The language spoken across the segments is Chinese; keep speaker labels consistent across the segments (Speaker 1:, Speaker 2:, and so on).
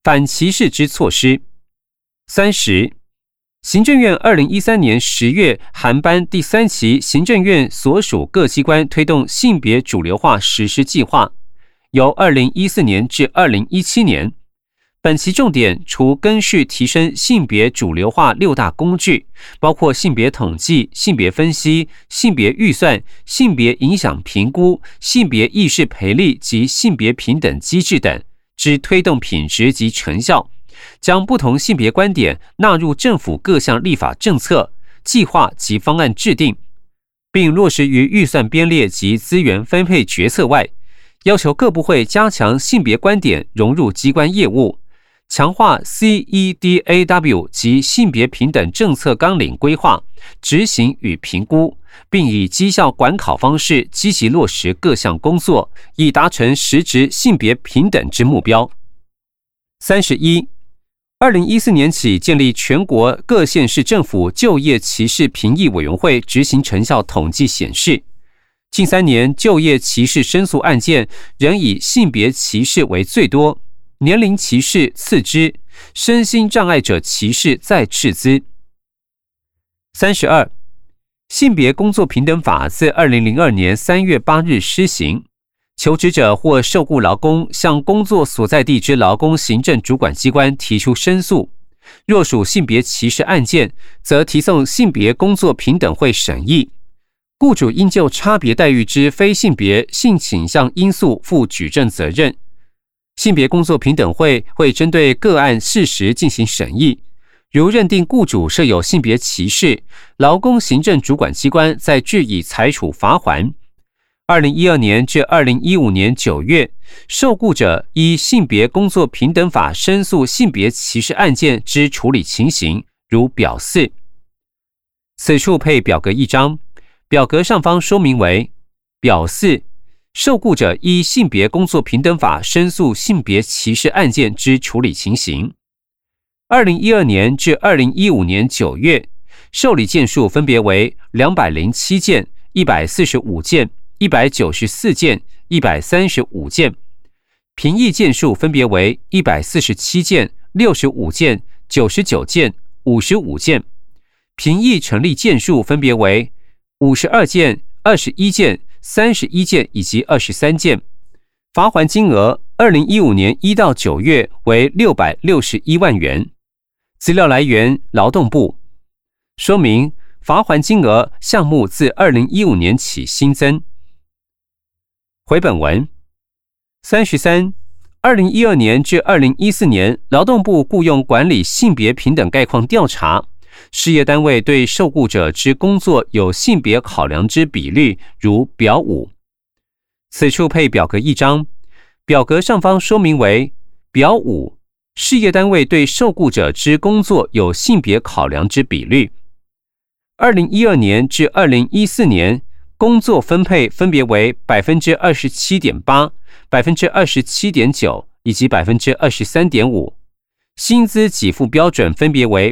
Speaker 1: 反歧视之措施。30、行政院2013年10月函颁第3期行政院所属各机关推动性别主流化实施计划，由2014年至2017年。本期重点除根续提升性别主流化6大工具，包括性别统计、性别分析、性别预算、性别影响评估、性别意识培力及性别平等机制等之推动品质及成效，将不同性别观点纳入政府各项立法政策、计划及方案制定，并落实于预算编列及资源分配决策外，要求各部会加强性别观点融入机关业务，强化 CEDAW 及性别平等政策纲领规划、执行与评估，并以绩效管考方式积极落实各项工作，以达成实质性别平等之目标。31、2014年起建立全国各县市政府就业歧视评议委员会，执行成效统计显示，近3年就业歧视申诉案件仍以性别歧视为最多，年龄歧视次之，身心障碍者歧视再次之。32、性别工作平等法自2002年3月8日施行，求职者或受雇劳工向工作所在地之劳工行政主管机关提出申诉，若属性别歧视案件，则提送性别工作平等会审议，雇主应就差别待遇之非性别性倾向因素负举证责任。性别工作平等会会针对个案事实进行审议，如认定雇主设有性别歧视，劳工行政主管机关再据以裁处罚锾。2012年至2015年9月，受雇者依性别工作平等法申诉性别歧视案件之处理情形，如表4。此处配表格1张，表格上方说明为表4，受雇者依性别工作平等法申诉性别歧视案件之处理情形。2012年至2015年9月，受理件数分别为207件、145件、194件、135件，评议件数分别为147件、65件、99件、55件，评议成立件数分别为52件、21件、31件以及23件，罚锾金额2015年1到9月为661万元。资料来源劳动部。说明罚锾金额项目自2015年起新增。回本文。33、2012年至2014年，劳动部雇用管理性别平等概况调查，事业单位对受雇者之工作有性别考量之比率，如表5。此处配表格1张，表格上方说明为表5，事业单位对受雇者之工作有性别考量之比率。2012年至2014年，工作分配分别为 27.8%、27.9% 以及 23.5%， 薪资给付标准分别为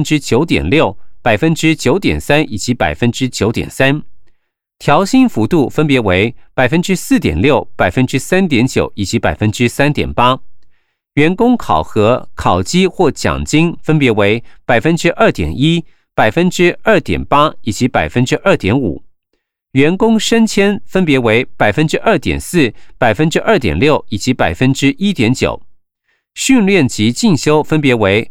Speaker 1: 9.6%、9.3% 以及 9.3%， 调薪幅度分别为 4.6%、3.9% 以及 3.8%， 员工考核、考绩或奖金分别为 2.1%、2.8% 以及 2.5%， 员工升迁分别为 2.4%、2.6% 以及 1.9%， 训练及进修分别为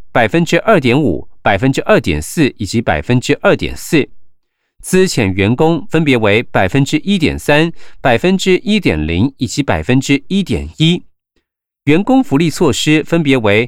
Speaker 1: 2.5%、2.4% 以及 2.4%， 资遣员工分别为 1.3%、1.0% 以及 1.1%， 员工福利措施分别为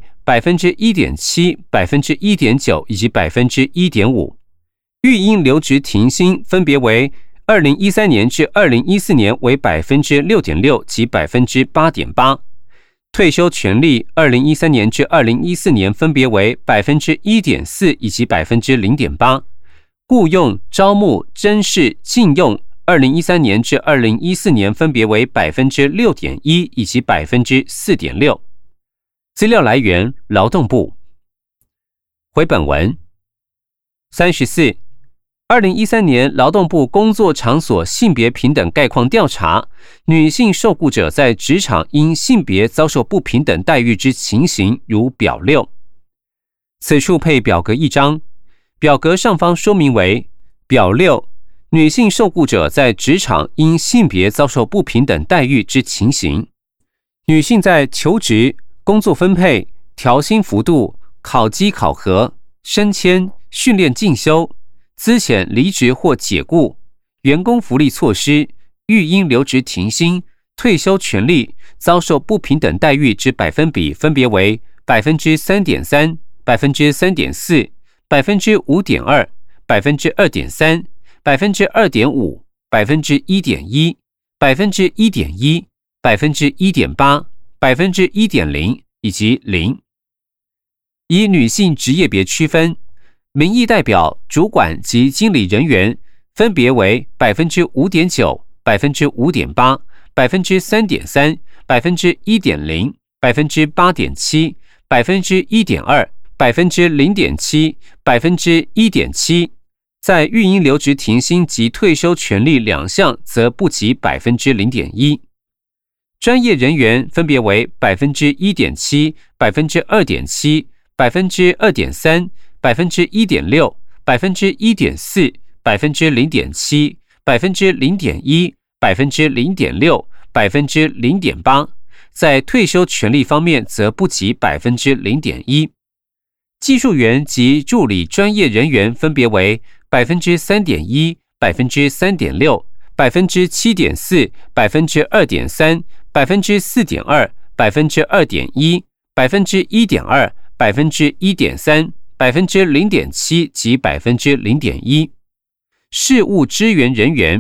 Speaker 1: 1.7%、1.9% 以及 1.5%， 育婴留职停薪分别为2013年至2014年为 6.6% 及 8.8%， 退休权利2013年至2014年分别为 1.4% 以及 0.8%， 雇用、招募、甄试、禁用2013年至2014年分别为 6.1% 以及 4.6%。 资料来源劳动部。回本文。34、 2013年劳动部工作场所性别平等概况调查，女性受雇者在职场因性别遭受不平等待遇之情形如表6。此处配表格1张，表格上方说明为表6，女性受雇者在职场因性别遭受不平等待遇之情形。女性在求职、工作分配、调薪幅度、考绩考核、升迁、训练进修、资遣离职或解雇、员工福利措施、育婴留职停薪、退休权利遭受不平等待遇之百分比分别为 3.3%、3.4%、5.2%、2.3%、2.5%、1.1%、1.1%、1.8%、1.0%以及0。以女性职业别区分，民意代表、主管及经理人员分别为 5.9%、5.8%、3.3%、1.0%、8.7%、1.2%、0.7%、1.7%。在育婴留职停薪及退休权利两项则不及 0.1%。专业人员分别为 1.7%、2.7%、2.3%、1.6%、1.4%、0.7%、0.1%、0.6%、0.8%。在退休权利方面则不及 0.1%。技术员及助理专业人员分别为 3.1%、3.6%、7.4%、2.3%、4.2%、2.1%、1.2%、1.3%、0.7% 及 0.1%。事务支援人员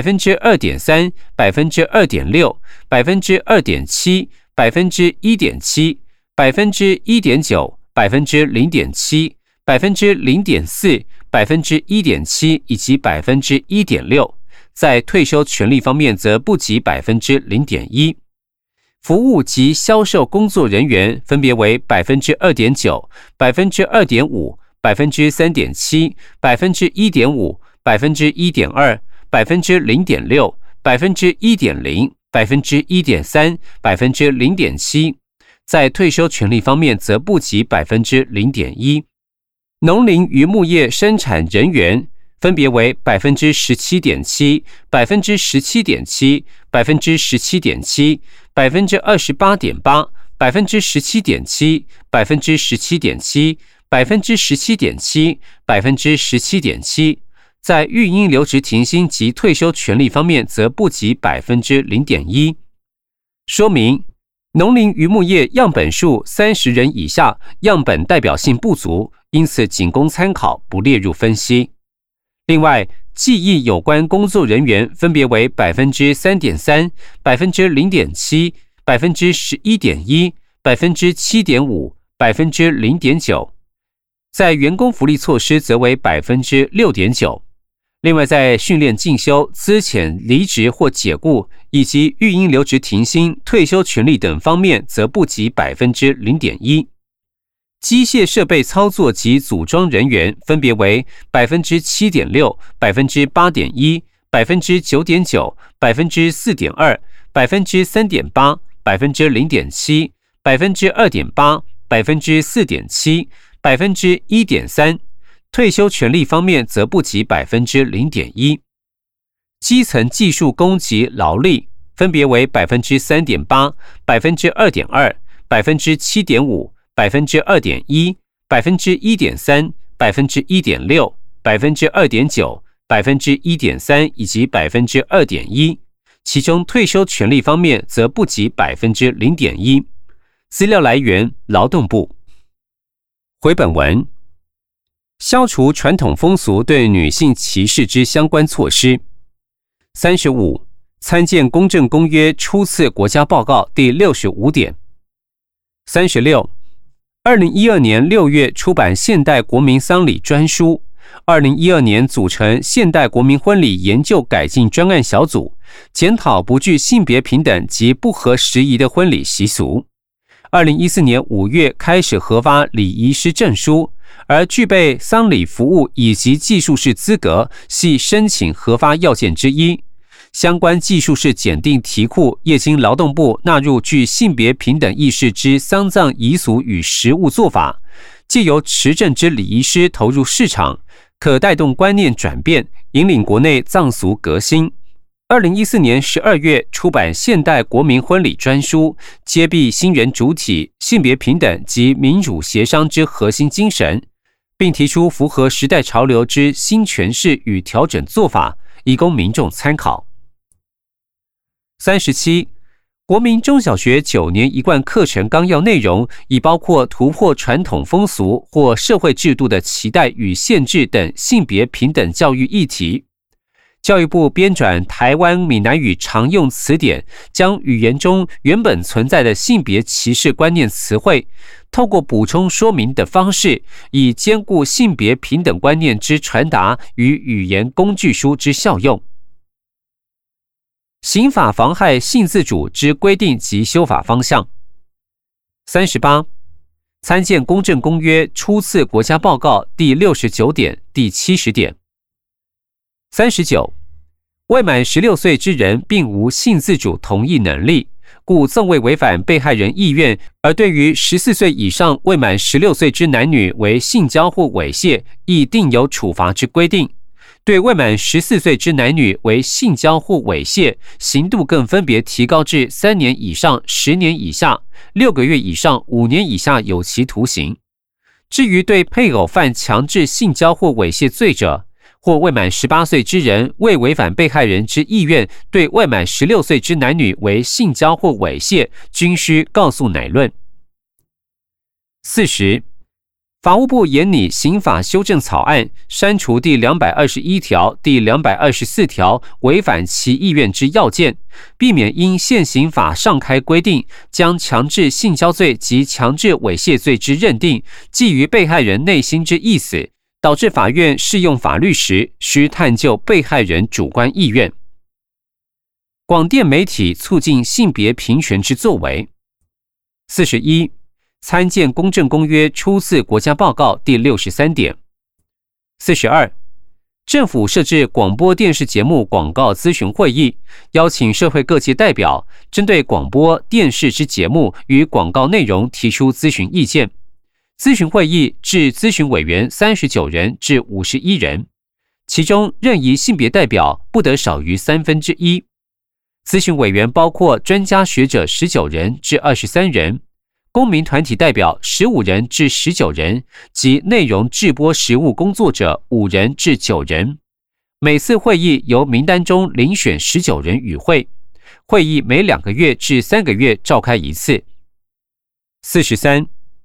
Speaker 1: 2.3%、2.6%、2.7%、1.7%、1.9%、0.7%、0.4%、1.7%以及 1.6%。在退休权利方面则不及 0.1%。服务及销售工作人员分别为 2.9%、2.5%、3.7%、1.5%、1.2%、0.6%、1.0%、1.3%、0.7%。在退休权利方面则不及 0.1%。农林渔牧业生产人员分别为 17.7%、17.7%、17.7%、28.8%、17.7%、17.7%、17.7%、17.7%。在育婴留职停薪及退休权利方面则不及 0.1%。说明农林渔牧业样本数30人以下，样本代表性不足，因此仅供参考，不列入分析。另外，技艺有关工作人员分别为 3.3%、0.7%、11.1%、7.5%、0.9%。在员工福利措施则为 6.9%。另外，在训练进修、资遣离职或解雇以及育婴留职停薪、退休权利等方面则不及 0.1%。机械设备操作及组装人员分别为 7.6%、8.1%、9.9%、4.2%、3.8%、0.7%、2.8%、4.7%、1.3%。退休权利方面则不及 0.1%。基层技术工及劳力分别为 3.8%、2.2%、7.5%、2.1%、1.3%、1.6%、2.9%、1.3%以及 2.1%。其中退休权利方面则不及 0.1%。资料来源：劳动部。回本文。消除传统风俗对女性歧视之相关措施。35. 参见公正公约初次国家报告第65点。36. 2012年6月出版现代国民丧礼专书，2012年组成现代国民婚礼研究改进专案小组，检讨不具性别平等及不合时宜的婚礼习俗。 2014年5月开始核发礼仪师证书，而具备丧礼服务以及技术士资格系申请核发要件之一。相关技术士检定题库业经劳动部纳入具性别平等意识之丧葬遗俗与实务做法，藉由持证之礼仪师投入市场，可带动观念转变，引领国内葬俗革新。2014年12月出版《现代国民婚礼专书》，揭蔽新人主体、性别平等及民主协商之核心精神，并提出符合时代潮流之新诠释与调整做法，以供民众参考。37. 国民中小学9年一贯课程纲要内容已包括突破传统风俗或社会制度的期待与限制等性别平等教育议题。教育部编纂台湾闽南语常用词典，将语言中原本存在的性别歧视观念词汇，透过补充说明的方式，以兼顾性别平等观念之传达与语言工具书之效用。刑法妨害性自主之规定及修法方向。38. 参见公政公约初次国家报告第69点、第70点。39. 未满16岁之人并无性自主同意能力，故纵未违反被害人意愿，而对于14岁以上未满16岁之男女为性交或猥亵，亦定有处罚之规定。对未满14岁之男女为性交或猥亵，刑度更分别提高至3年以上10年以下、6个月以上5年以下有期徒刑。至于对配偶犯强制性交或猥亵罪者，或未满18岁之人未违反被害人之意愿，对未满16岁之男女为性交或猥亵，均需告诉乃论。40. 法务部研拟刑法修正草案，删除第221条、第224条违反其意愿之要件，避免因现行法上开规定，将强制性交罪及强制猥亵罪之认定基于被害人内心之意思，导致法院适用法律时需探究被害人主观意愿。广电媒体促进性别平权之作为。41. 参见公政公约初次国家报告第63点。42. 政府设置广播电视节目广告咨询会议，邀请社会各界代表针对广播电视之节目与广告内容提出咨询意见。咨询会议至咨询委员39人至51人，其中任意性别代表不得少于1/3。咨询委员包括专家学者19人至23人，公民团体代表15人至19人及内容制播实务工作者5人至9人。每次会议由名单中遴选19人与会，会议每2个月至3个月召开一次。43.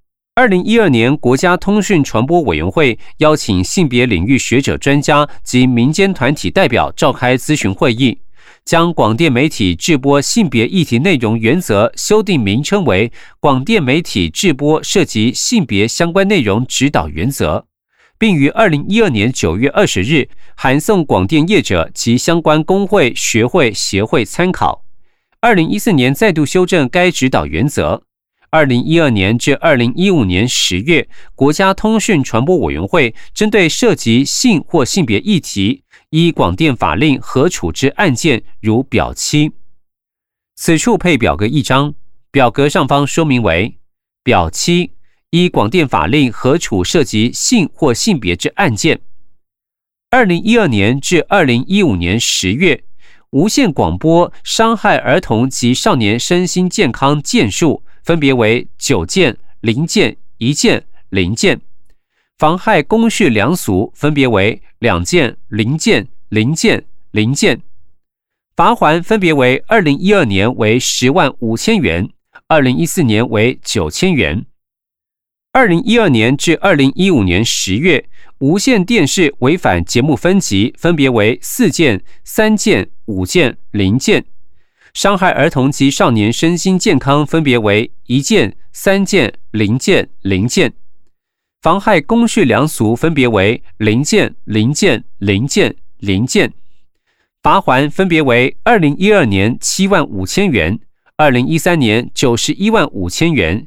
Speaker 1: 2012年国家通讯传播委员会邀请性别领域学者专家及民间团体代表召开咨询会议，将广电媒体制播性别议题内容原则修订名称为广电媒体制播涉及性别相关内容指导原则，并于2012年9月20日函送广电业者及相关工会、学会、协会参考。2014年再度修正该指导原则。2012年至2015年10月，国家通讯传播委员会针对涉及性或性别议题，依广电法令核处之案件如表7。此处配表格1张，表格上方说明为表7，依广电法令核处涉及性或性别之案件。2012年至2015年10月，无线广播伤害儿童及少年身心健康件数分别为9件、0件、1件、0件；妨害公序良俗分别为2件、0件、0件、0件。罚锾分别为2012年为10.5万元，2014年为9,000元。2012年至2015年10月，无线电视违反节目分级分别为4件、3件、5件、0件。伤害儿童及少年身心健康分别为1件、3件、0件、0件；妨害公序良俗分别为0件、0件、0件、0件。罚锾分别为2012年7.5万元，2013年91.5万元，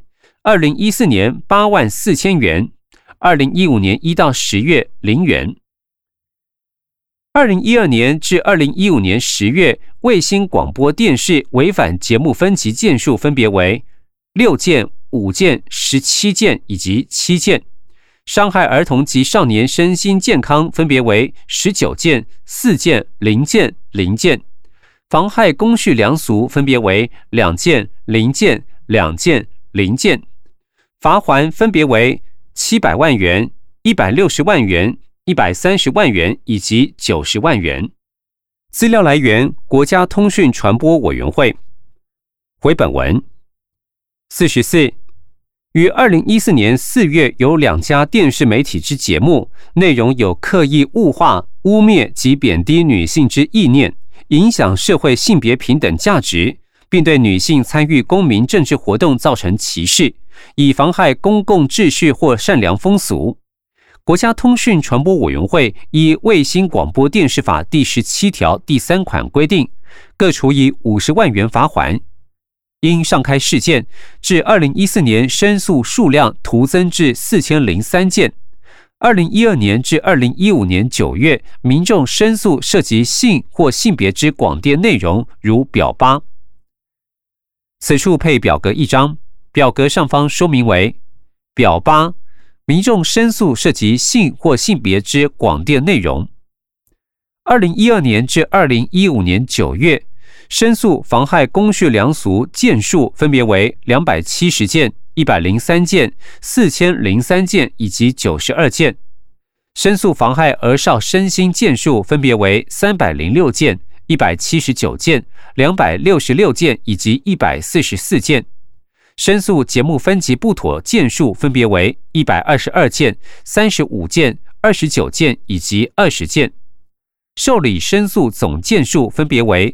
Speaker 1: 2014年84000元，2015年1到10月0元。2012年至2015年10月，卫星广播电视违反节目分级件数分别为6件、5件、17件以及7件，伤害儿童及少年身心健康分别为19件、4件、0件、0件，妨害公序良俗分别为2件、0件、2件、0件，罚锾分别为700万元、160万元、130万元以及90万元。资料来源：国家通讯传播委员会。回本文。44. 于2014年4月有2家电视媒体之节目，内容有刻意物化、污蔑及贬低女性之意念，影响社会性别平等价值，并对女性参与公民政治活动造成歧视，以妨害公共秩序或善良风俗。国家通讯传播委员会依《卫星广播电视法》第17条第3款规定，各处以50万元罚锾。因上开事件，至2014年申诉数量徒增至4003件。2012年至2015年9月，民众申诉涉及性或性别之广电内容，如表8。此处配表格1张，表格上方说明为表8。民众申诉涉及性或性别之广电内容。2012年至2015年9月，申诉妨害公序良俗件数分别为270件、103件、4003件以及92件；申诉妨害儿少身心件数分别为306件、179件、266件以及144件。申诉节目分级不妥件数分别为122件、35件、29件以及20件。受理申诉总件数分别为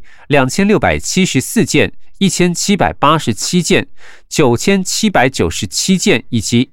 Speaker 1: 2674件、1787件、9797件以及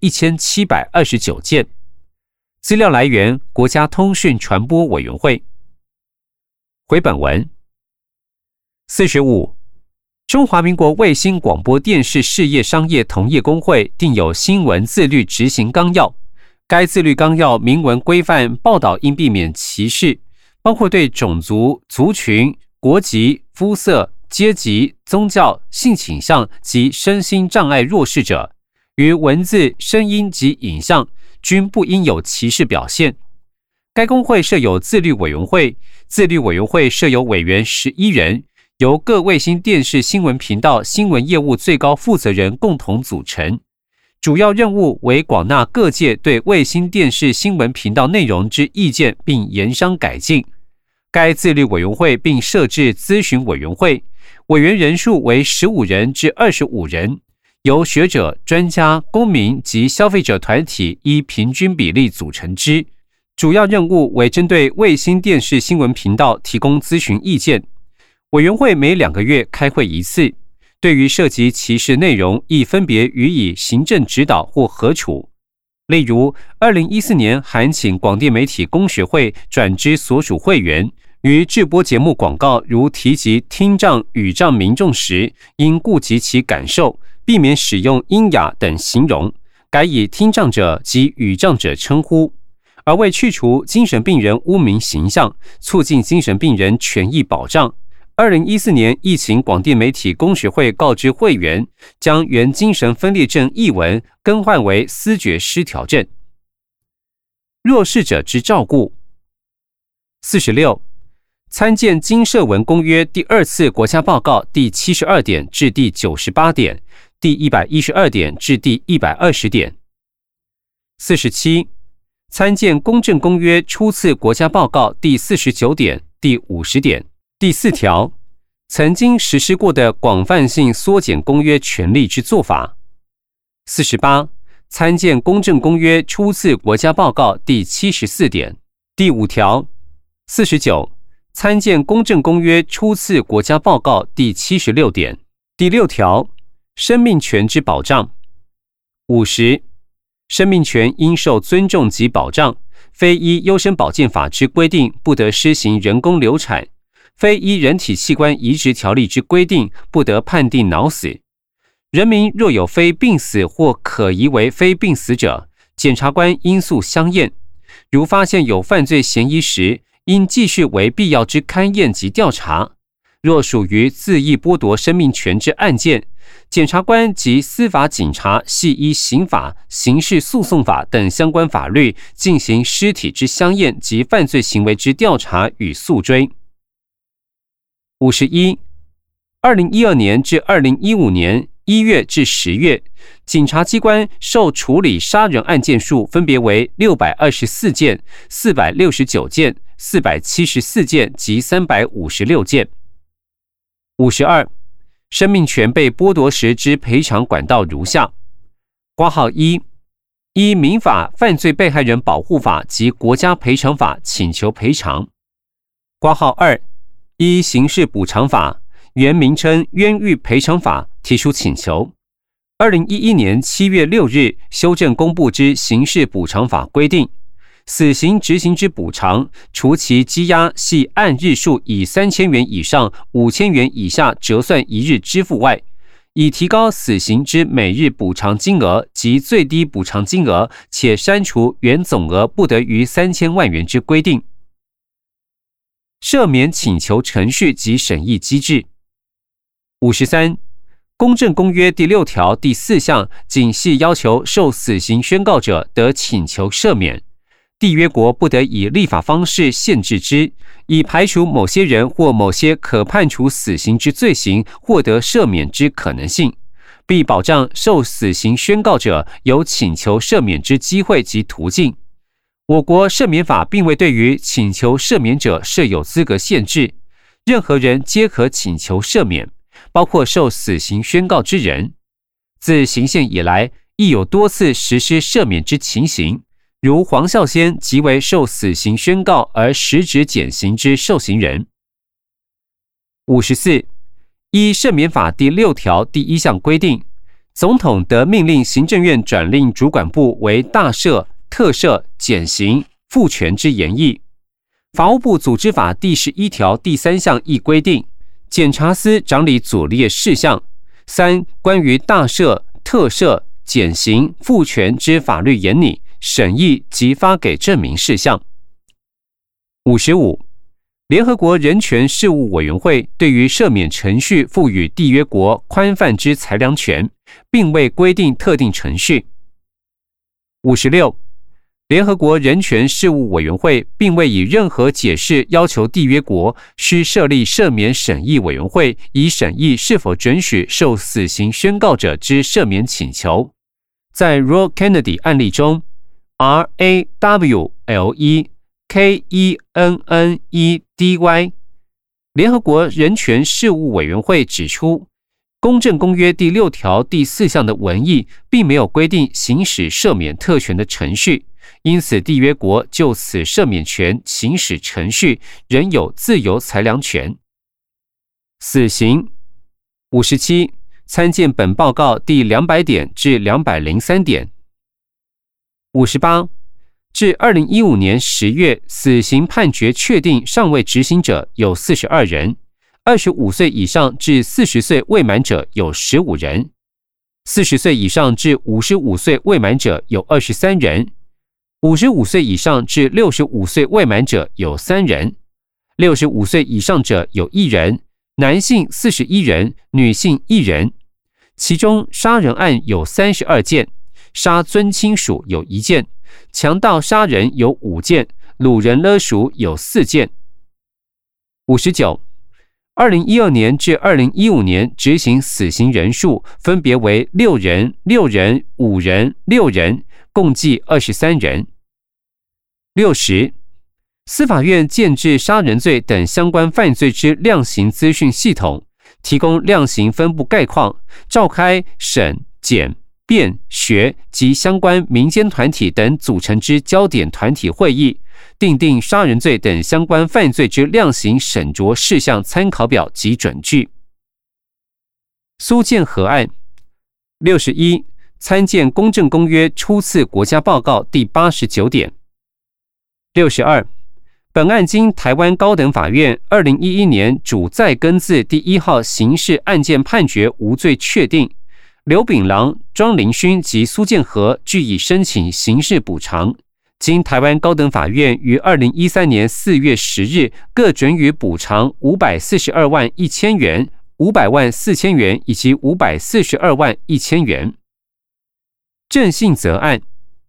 Speaker 1: 1729件。资料来源：国家通讯传播委员会。回本文。45. 中华民国卫星广播电视事业商业同业公会订有新闻自律执行纲要，该自律纲要明文规范报道应避免歧视，包括对种族、族群、国籍、肤色、阶级、宗教、性倾向及身心障碍弱势者，于文字、声音及影像均不应有歧视表现。该公会设有自律委员会，自律委员会设有委员11人，由各卫星电视新闻频道新闻业务最高负责人共同组成，主要任务为广纳各界对卫星电视新闻频道内容之意见，并研商改进。该自律委员会并设置咨询委员会，委员人数为15人至25人，由学者、专家、公民及消费者团体依平均比例组成之。主要任务为针对卫星电视新闻频道提供咨询意见。委员会每2个月开会一次，对于涉及歧视内容，亦分别予以行政指导或核处。例如，2014年函请广电媒体工学会转之所属会员，于制播节目广告如提及听障、语障民众时，应顾及其感受，避免使用英雅等形容，改以听障者及语障者称呼，而为去除精神病人污名形象，促进精神病人权益保障。2014年，疫情广电媒体工学会告知会员，将原精神分裂症译文更换为思觉失调症。弱势者之照顾。46. 参见经社文公约第2次国家报告第72点至第98点、第112点至第120点。47. 参见公正公约初次国家报告第49点、第50点。第4条，曾经实施过的广泛性缩减公约权利之做法。48. 参见公正公约初次国家报告第74点。第5条。49. 参见公正公约初次国家报告第76点。第6条，生命权之保障。50. 生命权应受尊重及保障，非依优生保健法之规定不得施行人工流产，非依人体器官移植条例之规定不得判定脑死。 人民若有非病死或可疑为非病死者，检察官应速相验。如发现有犯罪嫌疑时，应继续为必要之勘验及调查。若属于恣意剥夺生命权之案件，检察官及司法警察系依刑法、刑事诉讼法等相关法律进行尸体之相验及犯罪行为之调查与诉追。51. 2012年至2015年1月至10月，警察机关受处理杀人案件数分别为624件、469件、474件及356件。52. 生命权被剥夺时之赔偿管道如下：括号1，依民法、犯罪被害人保护法及国家赔偿法请求赔偿；括号2，依刑事补偿法原名称冤狱赔偿法提出请求。2011年7月6日修正公布之刑事补偿法规定，死刑执行之补偿，除其羁押系按日数以3000元以上5000元以下折算一日支付外，以提高死刑之每日补偿金额及最低补偿金额，且删除原总额不得逾3000万元之规定。赦免请求程序及审议机制。53. 公正公约第6条第4项仅系要求受死刑宣告者得请求赦免，缔约国不得以立法方式限制之，以排除某些人或某些可判处死刑之罪行获得赦免之可能性，并保障受死刑宣告者有请求赦免之机会及途径。我国赦免法并未对于请求赦免者设有资格限制，任何人皆可请求赦免，包括受死刑宣告之人。自行宪以来，亦有多次实施赦免之情形，如黄孝先即为受死刑宣告而实质减刑之受刑人。54. 依赦免法第6条第1项规定，总统得命令行政院转令主管部为大赦、特赦、减刑、复权之研议。法务部组织法第11条第3项亦规定，检察司掌理左列事项：3. 关于大赦、特赦、减刑、复权之法律研拟、审议及发给证明事项。55. 联合国人权事务委员会对于赦免程序赋予缔约国宽泛之裁量权，并未规定特定程序。56. 联合国人权事务委员会并未以任何解释要求缔约国需设立赦免审议委员会，以审议是否准许受死刑宣告者之赦免请求。在 Roe Kennedy 案例中， RAWLEKENNEDY 联合国人权事务委员会指出，公正公约第6条第4项的文义并没有规定行使赦免特权的程序，因此缔约国就此赦免权行使程序仍有自由裁量权。死刑。57. 参见本报告第200点至203点。58. 至2015年10月，死刑判决确定尚未执行者有42人，25岁以上至40岁未满者有15人，40岁以上至55岁未满者有23人，55岁以上至65岁未满者有3人，65岁以上者有1人，男性41人，女性1人。其中杀人案有32件，杀尊亲属有1件，强盗杀人有5件，掳人勒赎有4件。59. 2012年至2015年执行死刑人数分别为6人、6人、5人、6人，共计23人。60. 司法院建制杀人罪等相关犯罪之量刑资讯系统，提供量刑分布概况，召开审、检、辩、学及相关民间团体等组成之焦点团体会议，订定杀人罪等相关犯罪之量刑审酌事项参考表及准据。苏建和案。61. 参见公正公约初次国家报告第89点。62. 本案经台湾高等法院2011年主再更字第1号刑事案件判决无罪确定刘炳郎、庄凌勋及苏建和俱已申请刑事补偿，经台湾高等法院于2013年4月10日各准予补偿542万1000元、500万4000元以及542万1000元。郑信泽案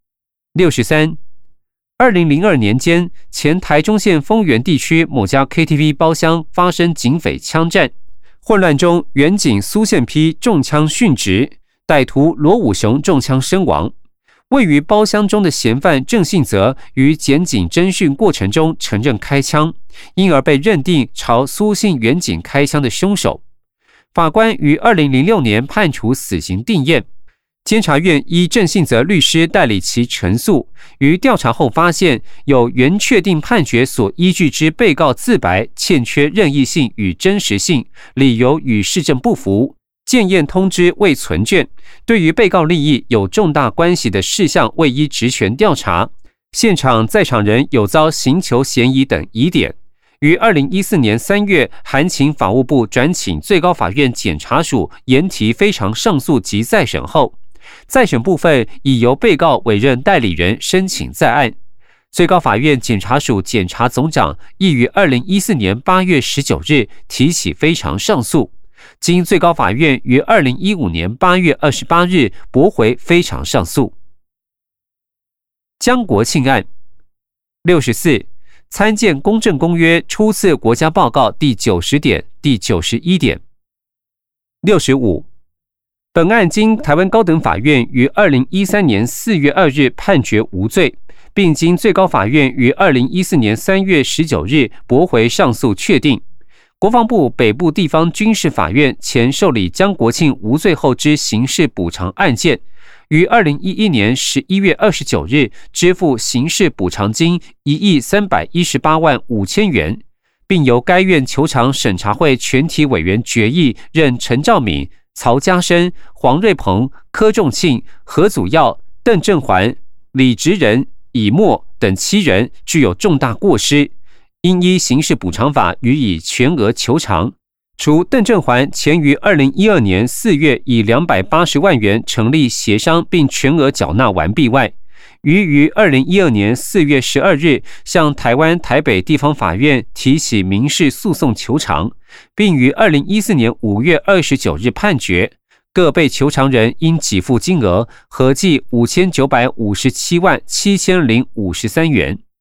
Speaker 1: 63。2002年间，前台中县丰原地区某家 KTV 包厢发生警匪枪战，混乱中，员警苏宪丕中枪殉职，歹徒罗武雄中枪身亡。位于包厢中的嫌犯郑信泽于检警侦讯过程中承认开枪，因而被认定朝苏姓员警开枪的凶手。法官于2006年判处死刑定谳。监察院依郑信泽律师代理其陈诉，于调查后发现有原确定判决所依据之被告自白欠缺任意性与真实性，理由与事证不符，检验通知未存卷，对于被告利益有重大关系的事项未依职权调查，现场在场人有遭刑求嫌疑等疑点。于2014年3月函请法务部转请最高法院检察署研提非常上诉及再审后，再审部分已由被告委任代理人申请在案。最高法院检察署检察总长亦于2014年8月19日提起非常上诉，经最高法院于2015年8月28日驳回非常上诉。江国庆案64。参见公政公约初次国家报告第90点、第91点。65。本案经台湾高等法院于2013年4月2日判决无罪，并经最高法院于2014年3月19日驳回上诉确定。国防部北部地方军事法院前受理江国庆无罪后之刑事补偿案件，于2011年11月29日支付刑事补偿金1.318万5千元，并由该院求偿审查会全体委员决议任陈兆敏、曹家生、黄瑞鹏、柯仲庆、何祖耀、邓正环、李植仁、以沫等7人具有重大过失，应依刑事补偿法予以全额求偿。除邓正环前于2012年4月以280万元成立协商并全额缴纳完毕外，于2012年4月12日向台湾台北地方法院提起民事诉讼求偿，并于2014年5月29日判决，各被求偿人应给付金额合计5957万7053元。